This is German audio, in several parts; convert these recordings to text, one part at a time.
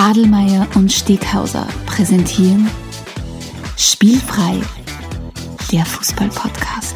Adelmeier und Steghauser präsentieren Spielfrei, der Fußball-Podcast.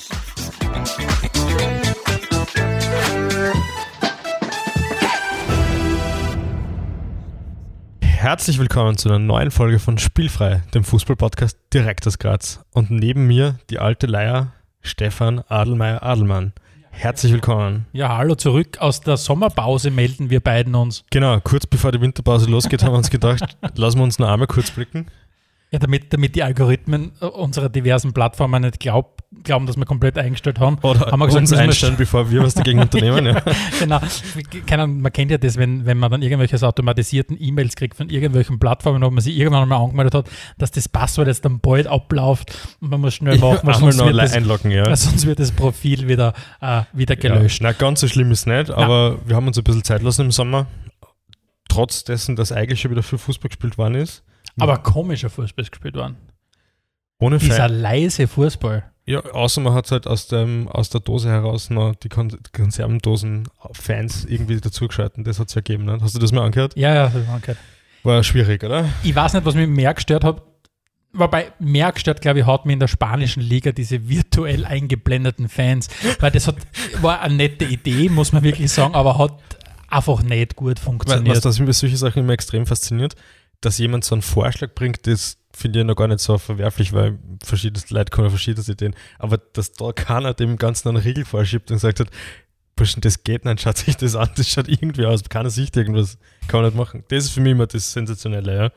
Herzlich willkommen zu einer neuen Folge von Spielfrei, dem Fußball-Podcast direkt aus Graz. Und neben mir die alte Leier Stefan Adelmeier-Adelmann. Herzlich willkommen. Ja, hallo zurück. Aus der Sommerpause melden wir beiden uns. Genau, kurz bevor die Winterpause losgeht, haben wir uns gedacht, lassen wir uns noch einmal kurz blicken. Ja, damit die Algorithmen unserer diversen Plattformen nicht glauben, dass wir komplett eingestellt haben. Oder haben wir gesagt, uns einstellen, bevor wir was dagegen unternehmen. Ja. Genau. Man kennt ja das, wenn man dann irgendwelche automatisierten E-Mails kriegt von irgendwelchen Plattformen, wo man sich irgendwann einmal angemeldet hat, dass das Passwort jetzt dann bald abläuft und man muss schnell machen, sonst einloggen, sonst wird das Profil wieder gelöscht. Ja, ganz so schlimm ist es nicht, aber wir haben uns ein bisschen Zeit lassen im Sommer, trotz dessen, dass eigentlich schon wieder viel Fußball gespielt worden ist. Aber komischer Fußball ist gespielt worden. Ohne Fan. Dieser leise Fußball. Ja, außer man hat halt aus der Dose heraus noch die Konservendosen-Fans irgendwie dazugeschalten. Das hat es ja gegeben, ne? Hast du das mal angehört? Ja, das habe ich angehört. War schwierig, oder? Ich weiß nicht, was mich mehr gestört hat. Wobei, mehr gestört, glaube ich, hat mir in der spanischen Liga diese virtuell eingeblendeten Fans. Weil das war eine nette Idee, muss man wirklich sagen, aber hat einfach nicht gut funktioniert. Was mich bei solchen Sachen immer extrem fasziniert, dass jemand so einen Vorschlag bringt, das finde ich noch gar nicht so verwerflich, weil verschiedenste Leute kommen verschiedenste Ideen. Aber dass da keiner dem Ganzen einen Riegel vorschiebt und gesagt hat, das geht nicht, schaut sich das an, das schaut irgendwie aus, keiner sieht irgendwas, kann man nicht machen. Das ist für mich immer das Sensationelle, ja.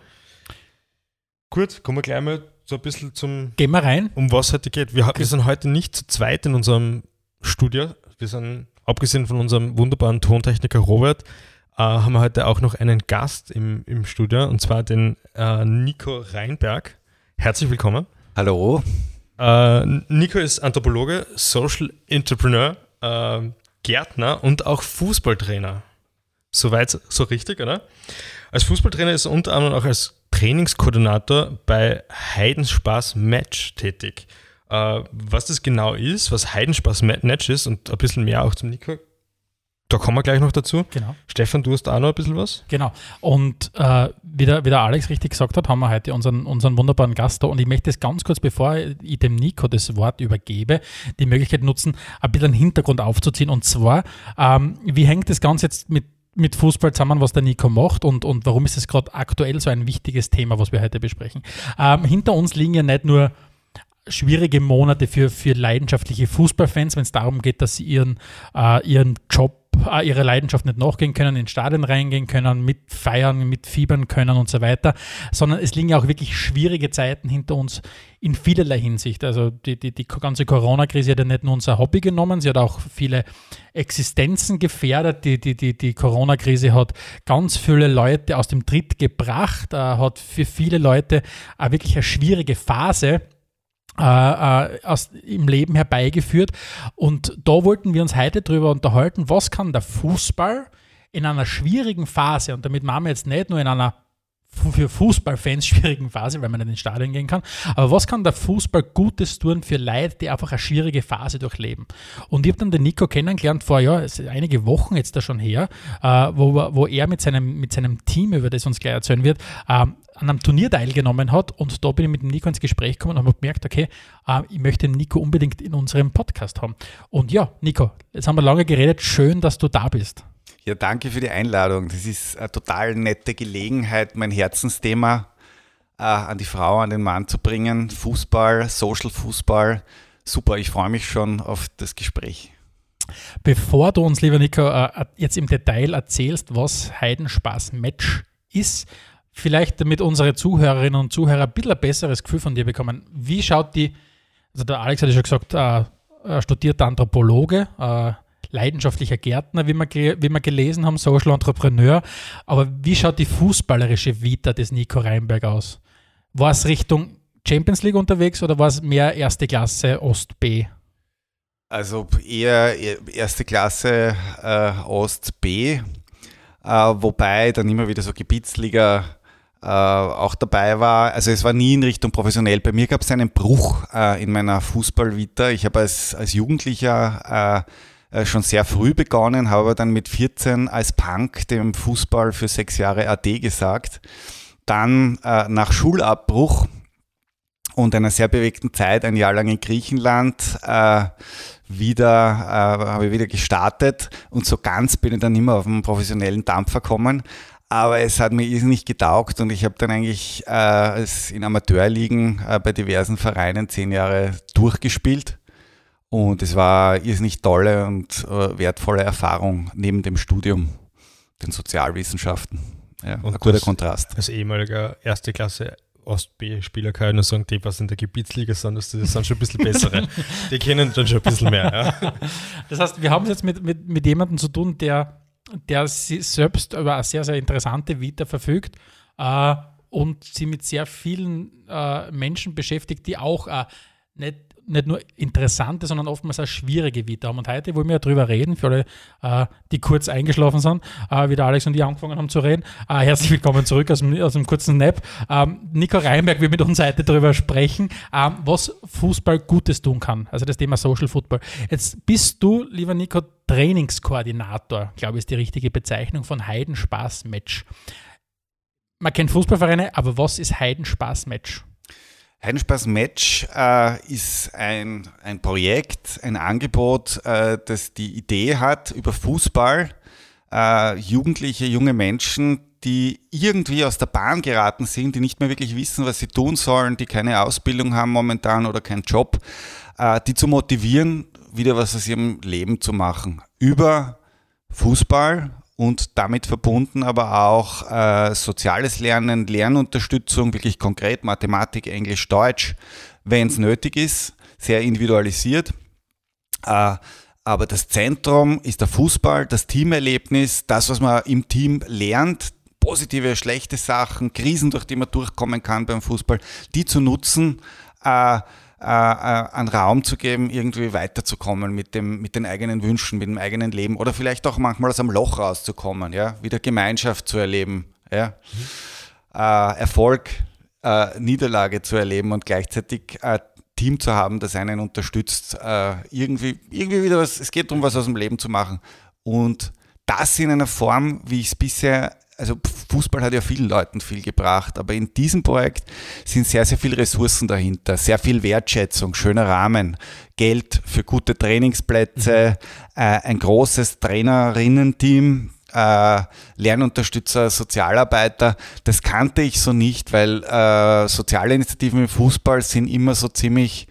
Gut, kommen wir gleich mal so ein bisschen Gehen wir rein. Um was heute geht. Wir sind heute nicht zu zweit in unserem Studio. Wir sind, abgesehen von unserem wunderbaren Tontechniker Robert, haben wir heute auch noch einen Gast im Studio, und zwar den Nico Reinberg. Herzlich willkommen. Hallo. Nico ist Anthropologe, Social Entrepreneur, Gärtner und auch Fußballtrainer. Soweit so richtig, oder? Als Fußballtrainer ist er unter anderem auch als Trainingskoordinator bei Heidenspaß Match tätig. Was das genau ist, was Heidenspaß Match ist und ein bisschen mehr auch zum Nico, da kommen wir gleich noch dazu. Genau. Stefan, du hast auch noch ein bisschen was? Genau. Und wie der Alex richtig gesagt hat, haben wir heute unseren wunderbaren Gast da. Und ich möchte es ganz kurz, bevor ich dem Nico das Wort übergebe, die Möglichkeit nutzen, ein bisschen einen Hintergrund aufzuziehen. Und zwar, wie hängt das Ganze jetzt mit Fußball zusammen, was der Nico macht und warum ist es gerade aktuell so ein wichtiges Thema, was wir heute besprechen? Hinter uns liegen ja nicht nur schwierige Monate für leidenschaftliche Fußballfans, wenn es darum geht, dass sie ihren Job, ihre Leidenschaft nicht nachgehen können, in Stadien reingehen können, mitfeiern, mitfiebern können und so weiter, sondern es liegen ja auch wirklich schwierige Zeiten hinter uns in vielerlei Hinsicht. Also die ganze Corona-Krise hat ja nicht nur unser Hobby genommen, sie hat auch viele Existenzen gefährdet. Die Corona-Krise hat ganz viele Leute aus dem Tritt gebracht, hat für viele Leute wirklich eine schwierige Phase im Leben herbeigeführt. Und da wollten wir uns heute drüber unterhalten, was kann der Fußball in einer schwierigen Phase, und damit machen wir jetzt nicht nur in einer für Fußballfans schwierigen Phase, weil man nicht ins Stadion gehen kann, aber was kann der Fußball Gutes tun für Leute, die einfach eine schwierige Phase durchleben? Und ich habe dann den Nico kennengelernt vor einige Wochen jetzt da schon her, wo er mit seinem Team, über das uns gleich erzählen wird, an einem Turnier teilgenommen hat, und da bin ich mit dem Nico ins Gespräch gekommen und habe gemerkt, okay, ich möchte den Nico unbedingt in unserem Podcast haben. Und ja, Nico, jetzt haben wir lange geredet, schön, dass du da bist. Ja, danke für die Einladung. Das ist eine total nette Gelegenheit, mein Herzensthema an die Frau, an den Mann zu bringen. Fußball, Social Fußball. Super, ich freue mich schon auf das Gespräch. Bevor du uns, lieber Nico, jetzt im Detail erzählst, was Heidenspaß Match ist, vielleicht damit unsere Zuhörerinnen und Zuhörer ein bisschen ein besseres Gefühl von dir bekommen. Wie schaut also der Alex hat ja schon gesagt, studierter Anthropologe, leidenschaftlicher Gärtner, wie wir gelesen haben, Social Entrepreneur. Aber wie schaut die fußballerische Vita des Nico Reinberg aus? War es Richtung Champions League unterwegs oder war es mehr erste Klasse Ost B? Also eher erste Klasse Ost B, wobei dann immer wieder so Gebietsliga auch dabei war. Also es war nie in Richtung professionell. Bei mir gab es einen Bruch in meiner Fußballvita. Ich habe als Jugendlicher schon sehr früh begonnen, habe aber dann mit 14 als Punk dem Fußball für 6 Jahre Ade gesagt. Dann nach Schulabbruch und einer sehr bewegten Zeit, ein Jahr lang in Griechenland, habe ich wieder gestartet und so ganz bin ich dann immer auf einen professionellen Dampfer gekommen. Aber es hat mir irrsinnig getaugt und ich habe dann eigentlich in Amateurligen bei diversen Vereinen 10 Jahre durchgespielt. Und es war irrsinnig tolle und wertvolle Erfahrung neben dem Studium, den Sozialwissenschaften. Ja, Und ein guter Kontrast. Als ehemaliger erste Klasse Ost-B-Spieler kann ich nur sagen, die, was in der Gebietsliga sind, das sind schon ein bisschen bessere. Die kennen dann schon ein bisschen mehr. Ja. Das heißt, wir haben es jetzt mit jemandem zu tun, der selbst über eine sehr, sehr interessante Vita verfügt und sie mit sehr vielen Menschen beschäftigt, die auch nicht nur interessante, sondern oftmals auch schwierige Vita haben. Und heute wollen wir darüber reden, für alle, die kurz eingeschlafen sind, wie der Alex und ich angefangen haben zu reden. Herzlich willkommen zurück aus dem kurzen Nap. Nico Reinberg will mit uns heute darüber sprechen, was Fußball Gutes tun kann. Also das Thema Social Football. Jetzt bist du, lieber Nico, Trainingskoordinator, glaube ich, ist die richtige Bezeichnung von Heidenspaß-Match. Man kennt Fußballvereine, aber was ist Heidenspaß-Match? Heidenspaß-Match ist ein Projekt, ein Angebot, das die Idee hat, über Fußball Jugendliche, junge Menschen, die irgendwie aus der Bahn geraten sind, die nicht mehr wirklich wissen, was sie tun sollen, die keine Ausbildung haben momentan oder keinen Job, die zu motivieren, wieder was aus ihrem Leben zu machen. Über Fußball und damit verbunden aber auch soziales Lernen, Lernunterstützung, wirklich konkret Mathematik, Englisch, Deutsch, wenn es nötig ist, sehr individualisiert. Aber das Zentrum ist der Fußball, das Teamerlebnis, das, was man im Team lernt, positive, schlechte Sachen, Krisen, durch die man durchkommen kann beim Fußball, die zu nutzen, einen Raum zu geben, irgendwie weiterzukommen mit den eigenen Wünschen, mit dem eigenen Leben oder vielleicht auch manchmal aus einem Loch rauszukommen, ja, wieder Gemeinschaft zu erleben, ja, Erfolg, Niederlage zu erleben und gleichzeitig Team zu haben, das einen unterstützt, irgendwie wieder was, es geht darum, was aus dem Leben zu machen. Und das in einer Form, wie ich es bisher, also Fußball hat ja vielen Leuten viel gebracht, aber in diesem Projekt sind sehr, sehr viele Ressourcen dahinter, sehr viel Wertschätzung, schöner Rahmen, Geld für gute Trainingsplätze, ein großes Trainerinnen-Team, Lernunterstützer, Sozialarbeiter, das kannte ich so nicht, weil soziale Initiativen im Fußball sind immer so ziemlich,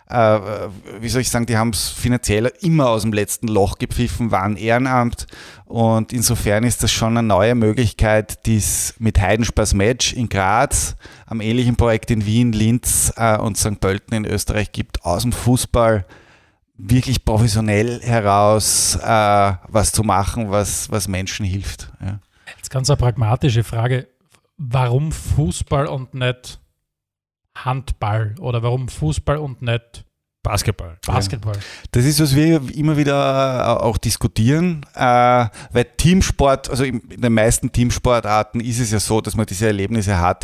wie soll ich sagen, die haben es finanziell immer aus dem letzten Loch gepfiffen, waren Ehrenamt und insofern ist das schon eine neue Möglichkeit, die es mit Heidenspaß-Match in Graz, am ähnlichen Projekt in Wien, Linz und St. Pölten in Österreich gibt, aus dem Fußball wirklich professionell heraus was zu machen, was Menschen hilft. Ja. Jetzt ganz eine pragmatische Frage. Warum Fußball und nicht Handball? Oder warum Fußball und nicht Basketball? Basketball? Ja. Das ist, was wir immer wieder auch diskutieren, weil Teamsport, also in den meisten Teamsportarten ist es ja so, dass man diese Erlebnisse hat.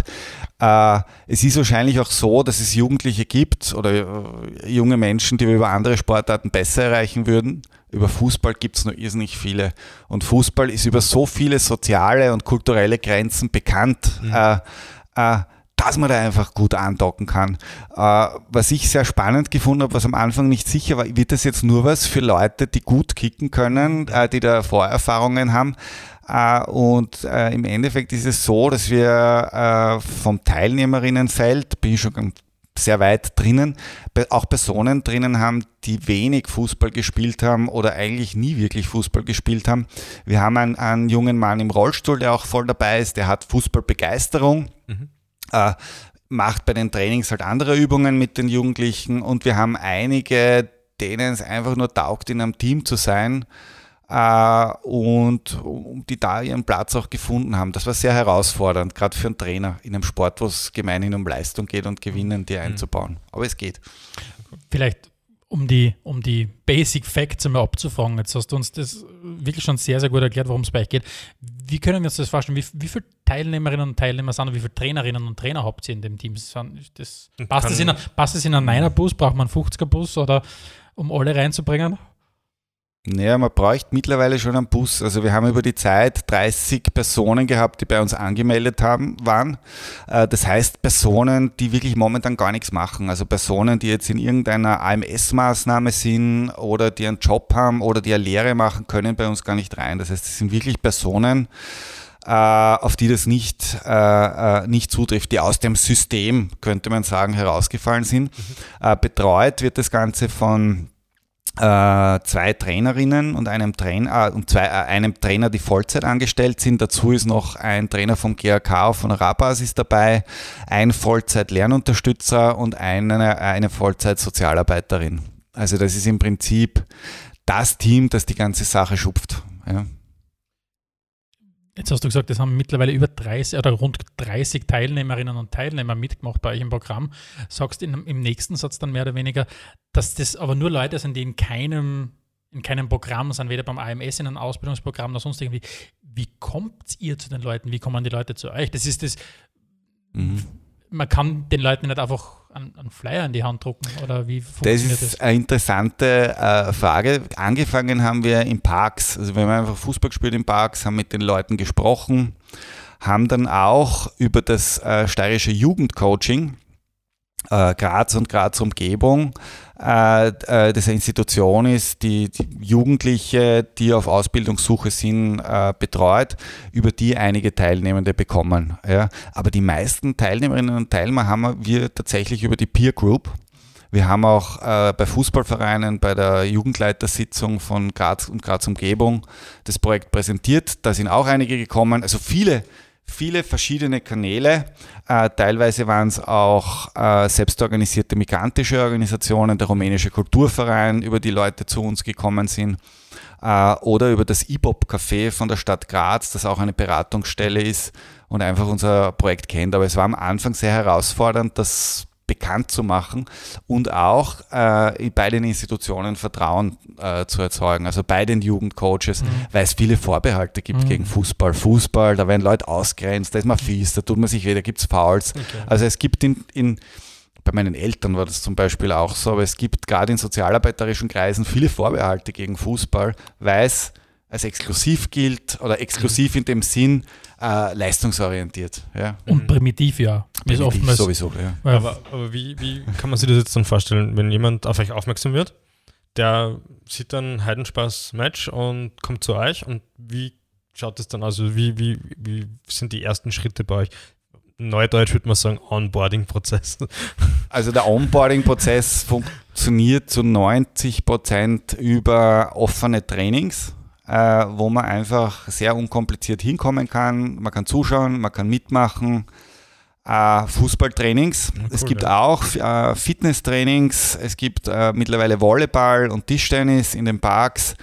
Es ist wahrscheinlich auch so, dass es Jugendliche gibt oder junge Menschen, die wir über andere Sportarten besser erreichen würden. Über Fußball gibt es nur irrsinnig viele. Und Fußball ist über so viele soziale und kulturelle Grenzen bekannt, dass man da einfach gut andocken kann. Was ich sehr spannend gefunden habe, was am Anfang nicht sicher war, wird das jetzt nur was für Leute, die gut kicken können, die da Vorerfahrungen haben. Und im Endeffekt ist es so, dass wir vom Teilnehmerinnenfeld, bin ich schon sehr weit drinnen, auch Personen drinnen haben, die wenig Fußball gespielt haben oder eigentlich nie wirklich Fußball gespielt haben. Wir haben einen jungen Mann im Rollstuhl, der auch voll dabei ist, der hat Fußballbegeisterung, macht bei den Trainings halt andere Übungen mit den Jugendlichen und wir haben einige, denen es einfach nur taugt, in einem Team zu sein, und die da ihren Platz auch gefunden haben. Das war sehr herausfordernd, gerade für einen Trainer in einem Sport, wo es gemeinhin um Leistung geht und Gewinnen, die einzubauen. Aber es geht. Vielleicht, um die Basic Facts einmal abzufragen, jetzt hast du uns das wirklich schon sehr, sehr gut erklärt, worum es bei euch geht. Wie können wir uns das vorstellen? Wie viele Teilnehmerinnen und Teilnehmer sind und wie viele Trainerinnen und Trainer habt ihr in dem Team? Passt es in einen Niner-Bus? Braucht man einen 50er-Bus oder um alle reinzubringen? Naja, man bräuchte mittlerweile schon einen Bus. Also wir haben über die Zeit 30 Personen gehabt, die bei uns angemeldet waren. Das heißt Personen, die wirklich momentan gar nichts machen. Also Personen, die jetzt in irgendeiner AMS-Maßnahme sind oder die einen Job haben oder die eine Lehre machen, können bei uns gar nicht rein. Das heißt, es sind wirklich Personen, auf die das nicht zutrifft, die aus dem System, könnte man sagen, herausgefallen sind. Betreut wird das Ganze von 2 Trainerinnen und einem Trainer, einem Trainer, die Vollzeit angestellt sind. Dazu ist noch ein Trainer vom GAK von Rabasis dabei, ein Vollzeit-Lernunterstützer und eine Vollzeit-Sozialarbeiterin. Also das ist im Prinzip das Team, das die ganze Sache schupft. Ja. Jetzt hast du gesagt, es haben mittlerweile über 30 oder rund 30 Teilnehmerinnen und Teilnehmer mitgemacht bei euch im Programm. Sagst im nächsten Satz dann mehr oder weniger, dass das aber nur Leute sind, die in keinem Programm sind, weder beim AMS in einem Ausbildungsprogramm noch sonst irgendwie. Wie kommt ihr zu den Leuten? Wie kommen die Leute zu euch? Das ist das. Man kann den Leuten nicht einfach einen Flyer in die Hand drucken oder wie funktioniert das? Das ist eine interessante Frage. Angefangen haben wir in Parks. Also wir haben einfach Fußball gespielt in Parks, haben mit den Leuten gesprochen, haben dann auch über das steirische Jugendcoaching Graz und Graz Umgebung, das eine Institution ist, die Jugendliche, die auf Ausbildungssuche sind, betreut, über die einige Teilnehmende bekommen. Ja. Aber die meisten Teilnehmerinnen und Teilnehmer haben wir tatsächlich über die Peer Group. Wir haben auch bei Fußballvereinen, bei der Jugendleitersitzung von Graz und Graz Umgebung das Projekt präsentiert. Da sind auch einige gekommen, also viele verschiedene Kanäle. Teilweise waren es auch selbstorganisierte migrantische Organisationen, der rumänische Kulturverein, über die Leute zu uns gekommen sind, oder über das IBOP-Café von der Stadt Graz, das auch eine Beratungsstelle ist und einfach unser Projekt kennt. Aber es war am Anfang sehr herausfordernd, das bekannt zu machen und auch bei den Institutionen Vertrauen zu erzeugen, also bei den Jugendcoaches, weil es viele Vorbehalte gibt gegen Fußball. Fußball, da werden Leute ausgrenzt, da ist man fies, da tut man sich weh, da gibt es Fouls. Okay. Also es gibt bei meinen Eltern war das zum Beispiel auch so, aber es gibt gerade in sozialarbeiterischen Kreisen viele Vorbehalte gegen Fußball, weil es als exklusiv gilt oder exklusiv in dem Sinn leistungsorientiert. Ja. Und primitiv, ja. Primitiv sowieso, ja. Aber wie kann man sich das jetzt dann vorstellen, wenn jemand auf euch aufmerksam wird, der sieht dann Heidenspaß-Match und kommt zu euch und wie schaut das dann aus? Also wie sind die ersten Schritte bei euch? Neudeutsch würde man sagen Onboarding-Prozess. Also der Onboarding-Prozess funktioniert zu 90% über offene Trainings, wo man einfach sehr unkompliziert hinkommen kann. Man kann zuschauen, man kann mitmachen. Fußballtrainings. Ja, cool, es gibt auch Fitnesstrainings. Es gibt mittlerweile Volleyball und Tischtennis in den Parks.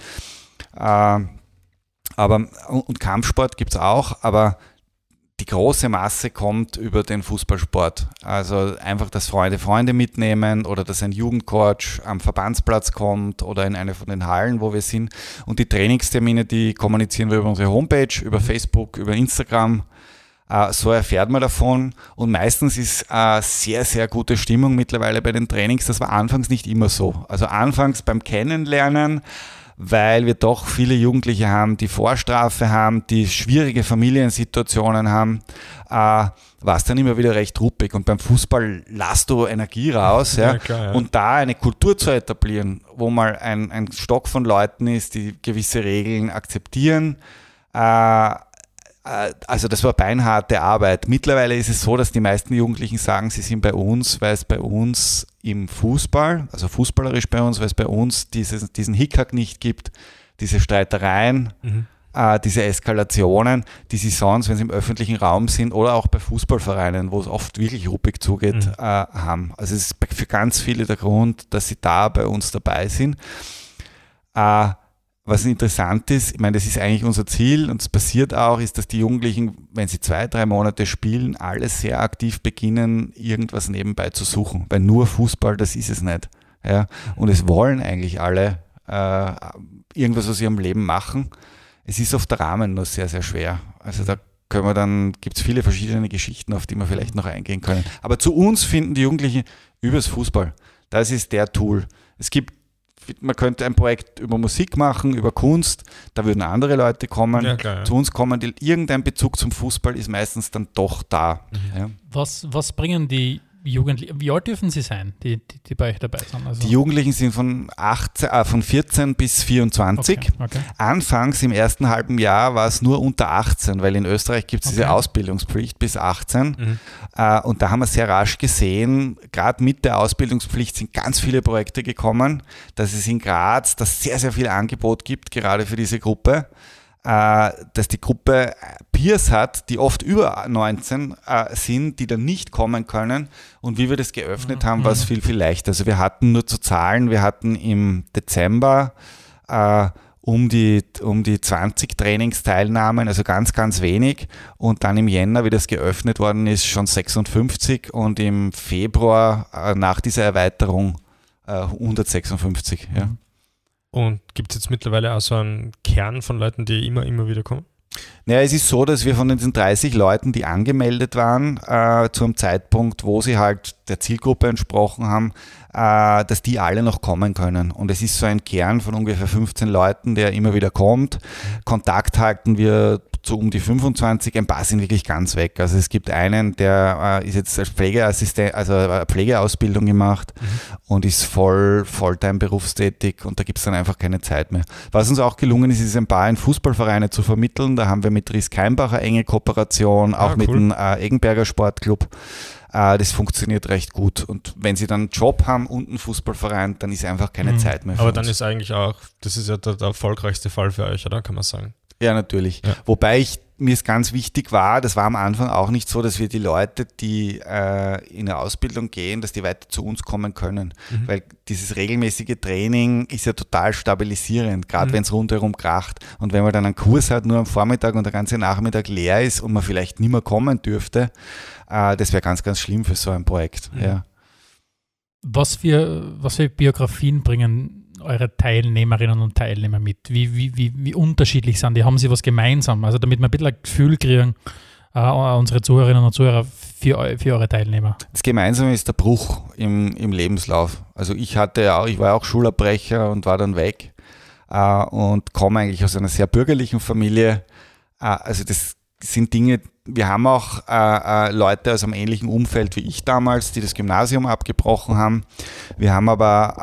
Und Kampfsport gibt es auch, aber die große Masse kommt über den Fußballsport. Also einfach, dass Freunde mitnehmen oder dass ein Jugendcoach am Verbandsplatz kommt oder in eine von den Hallen, wo wir sind. Und die Trainingstermine, die kommunizieren wir über unsere Homepage, über Facebook, über Instagram. So erfährt man davon. Und meistens ist sehr, sehr gute Stimmung mittlerweile bei den Trainings. Das war anfangs nicht immer so. Also anfangs beim Kennenlernen, weil wir doch viele Jugendliche haben, die Vorstrafe haben, die schwierige Familiensituationen haben, war es dann immer wieder recht ruppig. Und beim Fußball lässt du Energie raus. Ja? Klar, ja. Und da eine Kultur zu etablieren, wo mal ein Stock von Leuten ist, die gewisse Regeln akzeptieren, also das war beinharte Arbeit. Mittlerweile ist es so, dass die meisten Jugendlichen sagen, sie sind bei uns, weil es bei uns im Fußball, also fußballerisch bei uns, weil es bei uns diesen Hickhack nicht gibt, diese Streitereien, diese Eskalationen, die sie sonst, wenn sie im öffentlichen Raum sind oder auch bei Fußballvereinen, wo es oft wirklich ruppig zugeht, haben. Also es ist für ganz viele der Grund, dass sie da bei uns dabei sind. Was interessant ist, ich meine, das ist eigentlich unser Ziel und es passiert auch, ist, dass die Jugendlichen, wenn sie 2-3 Monate spielen, alle sehr aktiv beginnen, irgendwas nebenbei zu suchen, weil nur Fußball, das ist es nicht. Ja? Und es wollen eigentlich alle irgendwas aus ihrem Leben machen. Es ist oft der Rahmen nur sehr, sehr schwer. Also da gibt es viele verschiedene Geschichten, auf die wir vielleicht noch eingehen können. Aber zu uns finden die Jugendlichen übers Fußball. Das ist der Tool. Es gibt man könnte ein Projekt über Musik machen, über Kunst, da würden andere Leute kommen. Ja, klar, ja. Zu uns kommen, irgendein Bezug zum Fußball ist meistens dann doch da. Ja. Was bringen die Jugendlichen, wie alt dürfen sie sein, die bei euch dabei sind? Also Die Jugendlichen sind von 14 bis 24. Okay. Anfangs im ersten halben Jahr war es nur unter 18, weil in Österreich gibt es diese Ausbildungspflicht bis 18. Und da haben wir sehr rasch gesehen, gerade mit der Ausbildungspflicht sind ganz viele Projekte gekommen, dass es in Graz das sehr, sehr viel Angebot gibt, gerade für diese Gruppe. Dass die Gruppe Peers hat, die oft über 19 sind, die dann nicht kommen können. Und wie wir das geöffnet haben, war es viel, viel leichter. Also wir hatten nur zu zahlen, wir hatten im Dezember um die 20 Trainingsteilnahmen, also ganz, ganz wenig. Und dann im Jänner, wie das geöffnet worden ist, schon 56 und im Februar nach dieser Erweiterung 156. Ja. Und gibt es jetzt mittlerweile auch so einen Kern von Leuten, die immer wieder kommen? Naja, es ist so, dass wir von diesen 30 Leuten, die angemeldet waren, zu einem Zeitpunkt, wo sie halt der Zielgruppe entsprochen haben, dass die alle noch kommen können. Und es ist so ein Kern von ungefähr 15 Leuten, der immer wieder kommt. Kontakt halten wir zu um die 25, ein paar sind wirklich ganz weg. Also es gibt einen, der ist jetzt als Pflegeassistent, also eine Pflegeausbildung gemacht und ist Volltime berufstätig und da gibt es dann einfach keine Zeit mehr. Was uns auch gelungen ist, ist ein paar in Fußballvereine zu vermitteln. Da haben wir mit Ries Keimbach eine enge Kooperation, auch mit dem Eggenberger Sportclub. Das funktioniert recht gut. Und wenn sie dann einen Job haben und einen Fußballverein, dann ist einfach keine Zeit mehr für Aber uns. dann ist eigentlich auch, das ist ja der erfolgreichste Fall für euch, oder? Kann man sagen. Ja, natürlich. Ja. Wobei mir es ganz wichtig war, das war am Anfang auch nicht so, dass wir die Leute, die in eine Ausbildung gehen, dass die weiter zu uns kommen können. Weil dieses regelmäßige Training ist ja total stabilisierend, gerade wenn es rundherum kracht. Und wenn man dann einen Kurs hat, nur am Vormittag und der ganze Nachmittag leer ist und man vielleicht nicht mehr kommen dürfte, das wäre ganz, ganz schlimm für so ein Projekt. Ja. Was für Biografien bringen eure Teilnehmerinnen und Teilnehmer mit? Wie unterschiedlich sind die? Haben sie was gemeinsam? Also damit wir ein bisschen ein Gefühl kriegen, unsere Zuhörerinnen und Zuhörer für eure Teilnehmer. Das Gemeinsame ist der Bruch im Lebenslauf. Also ich war auch Schulabbrecher und war dann weg und komme eigentlich aus einer sehr bürgerlichen Familie. Also das sind Dinge, wir haben auch Leute aus einem ähnlichen Umfeld wie ich damals, die das Gymnasium abgebrochen haben. Wir haben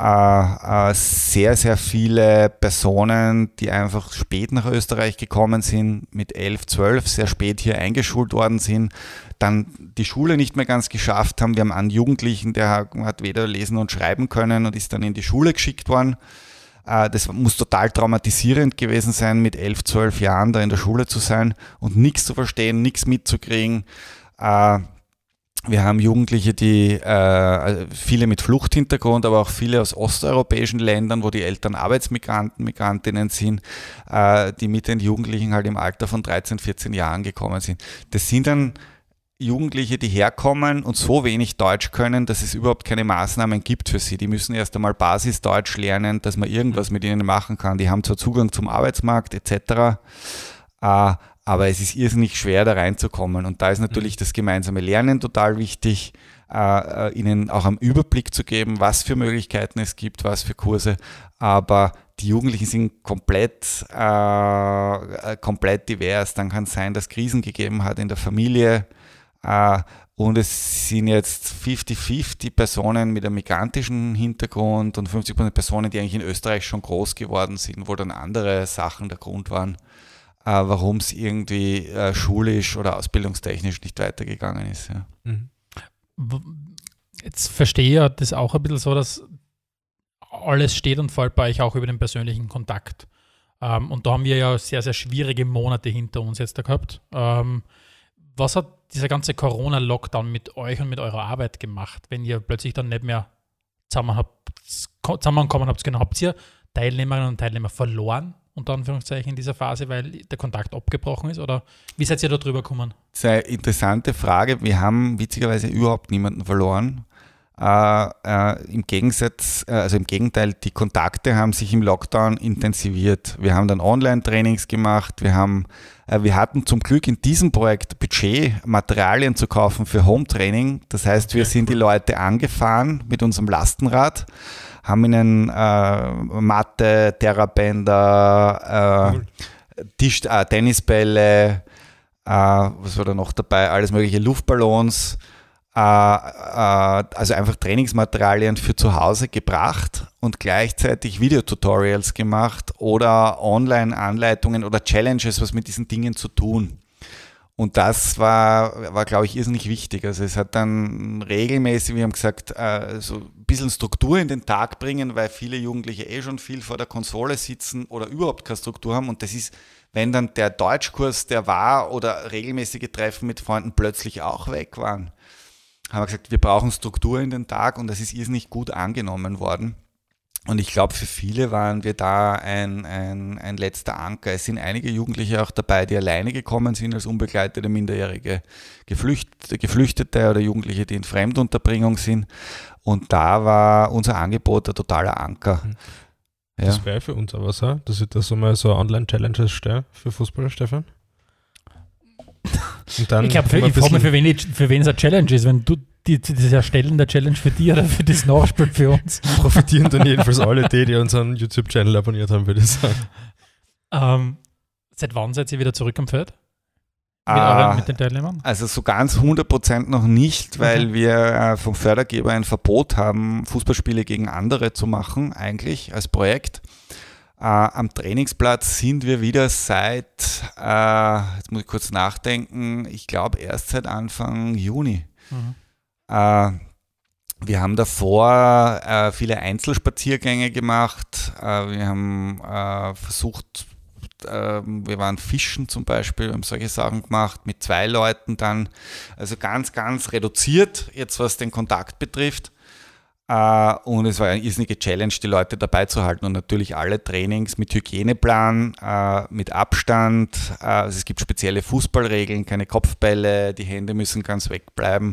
aber sehr, sehr viele Personen, die einfach spät nach Österreich gekommen sind, mit 11, 12, sehr spät hier eingeschult worden sind, dann die Schule nicht mehr ganz geschafft haben. Wir haben einen Jugendlichen, der hat weder lesen und schreiben können und ist dann in die Schule geschickt worden. Das muss total traumatisierend gewesen sein, mit 11, 12 Jahren da in der Schule zu sein und nichts zu verstehen, nichts mitzukriegen. Wir haben Jugendliche, die viele mit Fluchthintergrund, aber auch viele aus osteuropäischen Ländern, wo die Eltern Arbeitsmigranten, Migrantinnen sind, die mit den Jugendlichen halt im Alter von 13, 14 Jahren gekommen sind. Das sind dann Jugendliche, die herkommen und so wenig Deutsch können, dass es überhaupt keine Maßnahmen gibt für sie. Die müssen erst einmal Basisdeutsch lernen, dass man irgendwas mit ihnen machen kann. Die haben zwar Zugang zum Arbeitsmarkt etc., aber es ist irrsinnig schwer, da reinzukommen. Und da ist natürlich das gemeinsame Lernen total wichtig, ihnen auch einen Überblick zu geben, was für Möglichkeiten es gibt, was für Kurse. Aber die Jugendlichen sind komplett divers. Dann kann es sein, dass es Krisen gegeben hat in der Familie, und es sind jetzt 50-50 Personen mit einem migrantischen Hintergrund und 50% Personen, die eigentlich in Österreich schon groß geworden sind, wo dann andere Sachen der Grund waren, warum es irgendwie schulisch oder ausbildungstechnisch nicht weitergegangen ist. Ja. Jetzt verstehe ich ja das auch ein bisschen so, dass alles steht und fällt bei euch auch über den persönlichen Kontakt. Und da haben wir ja sehr, sehr schwierige Monate hinter uns jetzt da gehabt. Was hat dieser ganze Corona-Lockdown mit euch und mit eurer Arbeit gemacht, wenn ihr plötzlich dann nicht mehr zusammenkommen habt? Genau, habt ihr Teilnehmerinnen und Teilnehmer verloren, unter Anführungszeichen, in dieser Phase, weil der Kontakt abgebrochen ist? Oder wie seid ihr da drüber gekommen? Das ist eine interessante Frage. Wir haben witzigerweise überhaupt niemanden verloren. Im Gegenteil, die Kontakte haben sich im Lockdown intensiviert. Wir haben dann Online-Trainings gemacht. Wir hatten zum Glück in diesem Projekt Budget, Materialien zu kaufen für Home-Training. Das heißt, wir sind die Leute angefahren mit unserem Lastenrad, haben ihnen Matte, Terrabänder, Tennisbälle, was war da noch dabei? Alles mögliche, Luftballons, also einfach Trainingsmaterialien für zu Hause gebracht und gleichzeitig Videotutorials gemacht oder Online-Anleitungen oder Challenges, was mit diesen Dingen zu tun. Und das war glaube ich, irrsinnig wichtig. Also es hat dann regelmäßig, wir haben gesagt, so ein bisschen Struktur in den Tag bringen, weil viele Jugendliche schon viel vor der Konsole sitzen oder überhaupt keine Struktur haben. Und das ist, wenn dann der Deutschkurs, der war, oder regelmäßige Treffen mit Freunden plötzlich auch weg waren, haben wir gesagt, wir brauchen Struktur in den Tag, und das ist irrsinnig gut angenommen worden. Und ich glaube, für viele waren wir da ein letzter Anker. Es sind einige Jugendliche auch dabei, die alleine gekommen sind als unbegleitete Minderjährige Geflüchtete oder Jugendliche, die in Fremdunterbringung sind. Und da war unser Angebot ein totaler Anker. Das Ja. wäre für uns aber so, dass ich da so mal so Online-Challenges stelle für Fußballer, Stefan. Und dann Ich glaube, ich frage mich, für wen es eine Challenge ist, wenn du das Erstellen der Challenge für dich oder für das Nachspiel für uns. profitieren dann jedenfalls alle die unseren YouTube-Channel abonniert haben, würde ich sagen. Seit wann seid ihr wieder zurück am Feld? Ah, Mit den Teilnehmern? Also so ganz 100% noch nicht, weil wir vom Fördergeber ein Verbot haben, Fußballspiele gegen andere zu machen, eigentlich als Projekt. Am Trainingsplatz sind wir wieder seit, jetzt muss ich kurz nachdenken, ich glaube erst seit Anfang Juni. Wir haben davor viele Einzelspaziergänge gemacht. Wir haben versucht, wir waren fischen zum Beispiel, haben solche Sachen gemacht, mit 2 Leuten dann. Also ganz, ganz reduziert, jetzt was den Kontakt betrifft. Und es war eine irrsinnige Challenge, die Leute dabei zu halten, und natürlich alle Trainings mit Hygieneplan, mit Abstand. Also es gibt spezielle Fußballregeln, keine Kopfbälle, die Hände müssen ganz wegbleiben.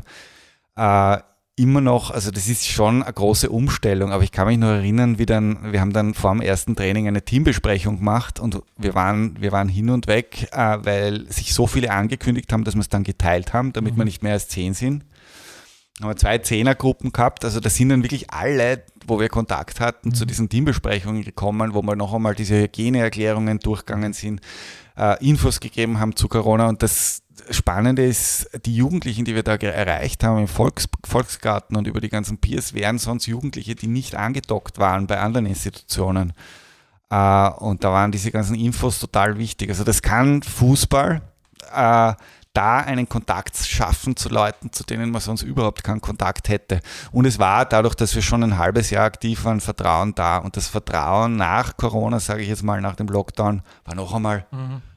Immer noch, also das ist schon eine große Umstellung, aber ich kann mich noch erinnern, wir haben dann vor dem ersten Training eine Teambesprechung gemacht, und wir waren hin und weg, weil sich so viele angekündigt haben, dass wir es dann geteilt haben, damit wir nicht mehr als 10 sind. Haben wir 2 Zehnergruppen gehabt, also da sind dann wirklich alle, wo wir Kontakt hatten, zu diesen Teambesprechungen gekommen, wo wir noch einmal diese Hygieneerklärungen durchgegangen sind, Infos gegeben haben zu Corona. Und das Spannende ist, die Jugendlichen, die wir da erreicht haben im Volksgarten und über die ganzen Peers, wären sonst Jugendliche, die nicht angedockt waren bei anderen Institutionen. Und da waren diese ganzen Infos total wichtig. Also das kann Fußball, da einen Kontakt schaffen zu Leuten, zu denen man sonst überhaupt keinen Kontakt hätte. Und es war dadurch, dass wir schon ein halbes Jahr aktiv waren, Vertrauen da. Und das Vertrauen nach Corona, sage ich jetzt mal, nach dem Lockdown, war noch einmal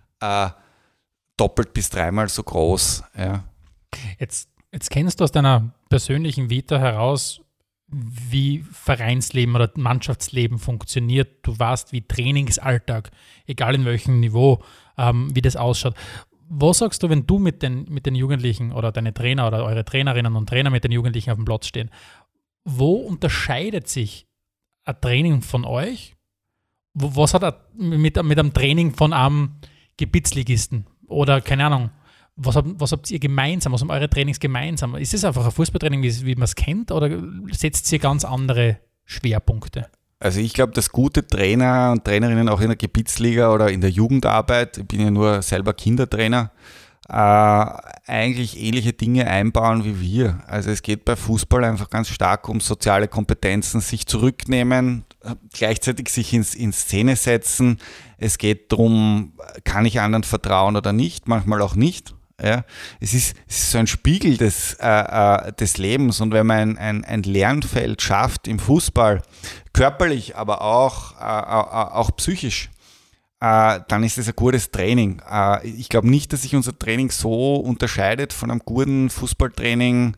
doppelt bis 3-mal so groß. Ja. Jetzt kennst du aus deiner persönlichen Vita heraus, wie Vereinsleben oder Mannschaftsleben funktioniert. Du weißt, wie Trainingsalltag, egal in welchem Niveau, wie das ausschaut. Was sagst du, wenn du mit den Jugendlichen oder deine Trainer oder eure Trainerinnen und Trainer mit den Jugendlichen auf dem Platz stehen? Wo unterscheidet sich ein Training von euch? Was hat er mit einem Training von einem Gebietsligisten? Oder keine Ahnung, was habt ihr gemeinsam? Was haben eure Trainings gemeinsam? Ist es einfach ein Fußballtraining, wie man es kennt, oder setzt ihr ganz andere Schwerpunkte? Also ich glaube, dass gute Trainer und Trainerinnen auch in der Gebietsliga oder in der Jugendarbeit, ich bin ja nur selber Kindertrainer, eigentlich ähnliche Dinge einbauen wie wir. Also es geht bei Fußball einfach ganz stark um soziale Kompetenzen, sich zurücknehmen, gleichzeitig sich in Szene setzen. Es geht darum, kann ich anderen vertrauen oder nicht, manchmal auch nicht. Ja, es ist so ein Spiegel des Lebens, und wenn man ein Lernfeld schafft im Fußball, körperlich, aber auch psychisch, dann ist es ein gutes Training. Ich glaube nicht, dass sich unser Training so unterscheidet von einem guten Fußballtraining,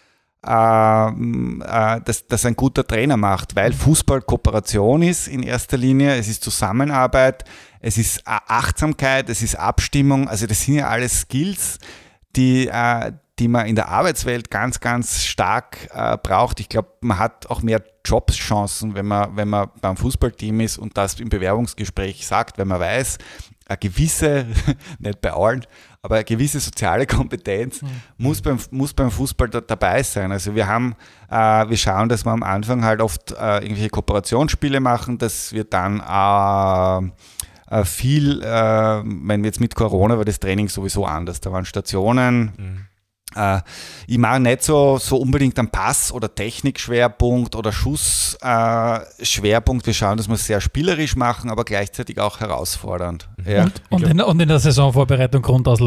das ein guter Trainer macht, weil Fußball Kooperation ist in erster Linie, es ist Zusammenarbeit, es ist Achtsamkeit, es ist Abstimmung, also das sind ja alles Skills, die die man in der Arbeitswelt ganz, ganz stark braucht. Ich glaube, man hat auch mehr Jobschancen, wenn man beim Fußballteam ist und das im Bewerbungsgespräch sagt, wenn man weiß, eine gewisse, nicht bei allen, aber eine gewisse soziale Kompetenz muss beim Fußball dabei sein. Also wir schauen, dass wir am Anfang halt oft irgendwelche Kooperationsspiele machen, dass wir dann viel, wenn wir jetzt mit Corona war das Training sowieso anders, da waren Stationen. Ich mache nicht so unbedingt einen Pass- oder Technikschwerpunkt oder Schussschwerpunkt. Wir schauen, dass wir es sehr spielerisch machen, aber gleichzeitig auch herausfordernd. Ja. Und in der Saisonvorbereitung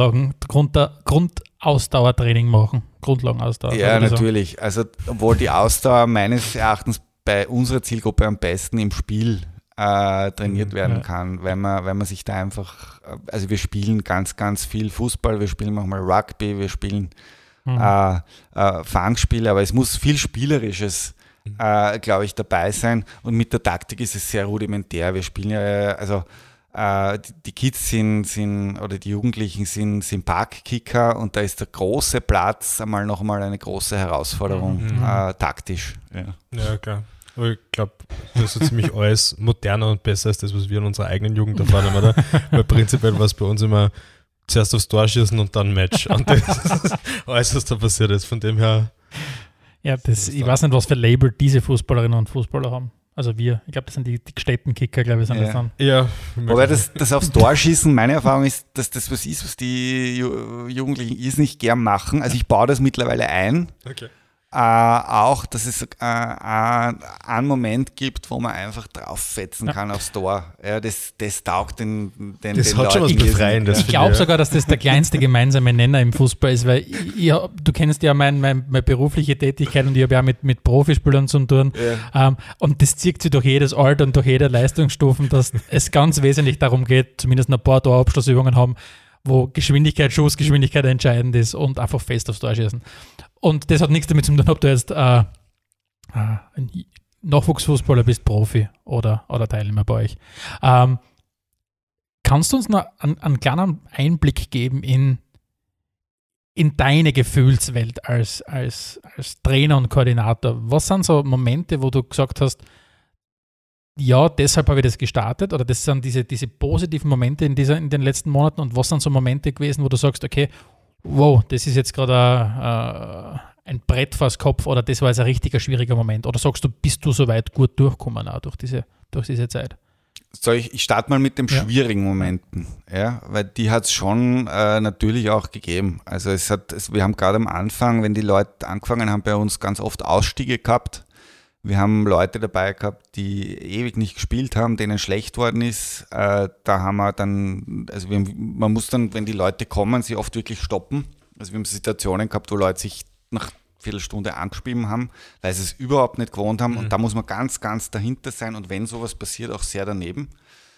Grundausdauertraining machen. Grundlagenausdauer. Ja, natürlich. Also, obwohl die Ausdauer meines Erachtens bei unserer Zielgruppe am besten im Spiel trainiert werden kann, weil man sich da einfach, also wir spielen ganz, ganz viel Fußball, wir spielen manchmal Rugby, wir spielen Fangspiele, aber es muss viel Spielerisches, glaube ich, dabei sein und mit der Taktik ist es sehr rudimentär. Wir spielen ja, also die Kids oder die Jugendlichen sind Parkkicker und da ist der große Platz nochmal eine große Herausforderung, taktisch. Ja, klar. Aber ich glaube, das ist ziemlich alles moderner und besser als das, was wir in unserer eigenen Jugend erfahren haben, oder? Weil prinzipiell war es bei uns immer zuerst aufs Tor schießen und dann Match. Und das ist alles, was da passiert ist. Von dem her. Ja, ich weiß nicht, was für Label diese Fußballerinnen und Fußballer haben. Also ich glaube, das sind die gesteppten Kicker, glaube ich, sind das dann. Ja. Wobei das aufs Tor schießen, meine Erfahrung ist, dass das was ist, was die Jugendlichen nicht gern machen. Also ich baue das mittlerweile ein. Okay. Auch, dass es einen Moment gibt, wo man einfach drauffetzen kann aufs Tor. Ja, das taugt den das den hat schon was Befreiendes. Ich glaube sogar, dass das der kleinste gemeinsame Nenner im Fußball ist, weil du kennst ja meine berufliche Tätigkeit und ich habe ja mit Profispielern zu tun. Ja. Und das zieht sich durch jedes Alter und durch jede Leistungsstufen, dass es ganz wesentlich darum geht, zumindest ein paar Torabschlussübungen haben, wo Schussgeschwindigkeit entscheidend ist und einfach fest aufs Tor schießen. Und das hat nichts damit zu tun, ob du jetzt ein Nachwuchsfußballer bist, Profi oder Teilnehmer bei euch. Kannst du uns noch einen kleinen Einblick geben in deine Gefühlswelt als Trainer und Koordinator? Was sind so Momente, wo du gesagt hast, ja, deshalb habe ich das gestartet, oder das sind diese positiven Momente in den letzten Monaten, und was sind so Momente gewesen, wo du sagst, okay, wow, das ist jetzt gerade ein Brett vors Kopf, oder das war jetzt ein richtiger schwieriger Moment, oder sagst du, bist du soweit gut durchgekommen auch durch diese Zeit? Ich starte mal mit den schwierigen Momenten, ja, weil die hat es schon natürlich auch gegeben. Also wir haben gerade am Anfang, wenn die Leute angefangen haben, bei uns ganz oft Ausstiege gehabt. Wir haben Leute dabei gehabt, die ewig nicht gespielt haben, denen schlecht worden ist. Da haben wir dann, also man muss dann, wenn die Leute kommen, sie oft wirklich stoppen. Also wir haben Situationen gehabt, wo Leute sich nach Viertelstunde angespielt haben, weil sie es überhaupt nicht gewohnt haben. Und da muss man ganz, ganz dahinter sein und wenn sowas passiert, auch sehr daneben.